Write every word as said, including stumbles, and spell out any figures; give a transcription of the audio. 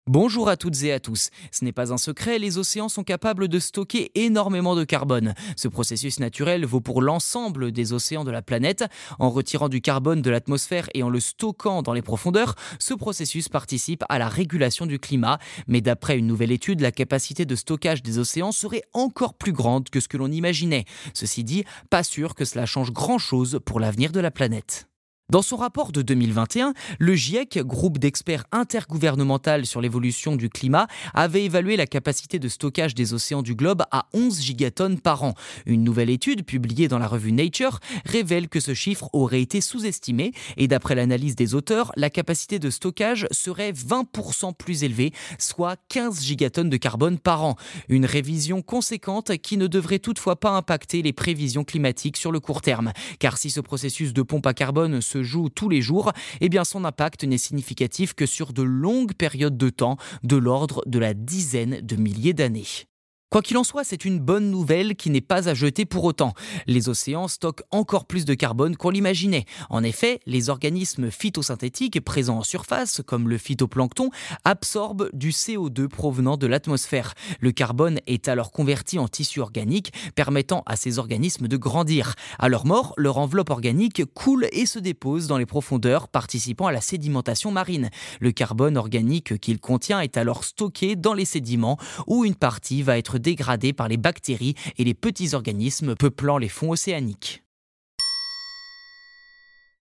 Bonjour à toutes et à tous. Ce n'est pas un secret, les océans sont capables de stocker énormément de carbone. Ce processus naturel vaut pour l'ensemble des océans de la planète. En retirant du carbone de l'atmosphère et en le stockant dans les profondeurs, ce processus participe à la régulation du climat. Mais d'après une nouvelle étude, la capacité de stockage des océans serait encore plus grande que ce que l'on imaginait. Ceci dit, pas sûr que cela change grand-chose pour l'avenir de la planète. Dans son rapport de deux mille vingt et un, le GIEC, groupe d'experts intergouvernemental sur l'évolution du climat, avait évalué la capacité de stockage des océans du globe à onze gigatonnes par an. Une nouvelle étude publiée dans la revue Nature révèle que ce chiffre aurait été sous-estimé et d'après l'analyse des auteurs, la capacité de stockage serait vingt pour cent plus élevée, soit quinze gigatonnes de carbone par an. Une révision conséquente qui ne devrait toutefois pas impacter les prévisions climatiques sur le court terme. Car si ce processus de pompe à carbone se joue tous les jours, eh bien son impact n'est significatif que sur de longues périodes de temps, de l'ordre de la dizaine de milliers d'années. Quoi qu'il en soit, c'est une bonne nouvelle qui n'est pas à jeter pour autant. Les océans stockent encore plus de carbone qu'on l'imaginait. En effet, les organismes phytosynthétiques présents en surface, comme le phytoplancton, absorbent du C O deux provenant de l'atmosphère. Le carbone est alors converti en tissu organique, permettant à ces organismes de grandir. À leur mort, leur enveloppe organique coule et se dépose dans les profondeurs, participant à la sédimentation marine. Le carbone organique qu'il contient est alors stocké dans les sédiments, où une partie va être dégradés par les bactéries et les petits organismes peuplant les fonds océaniques.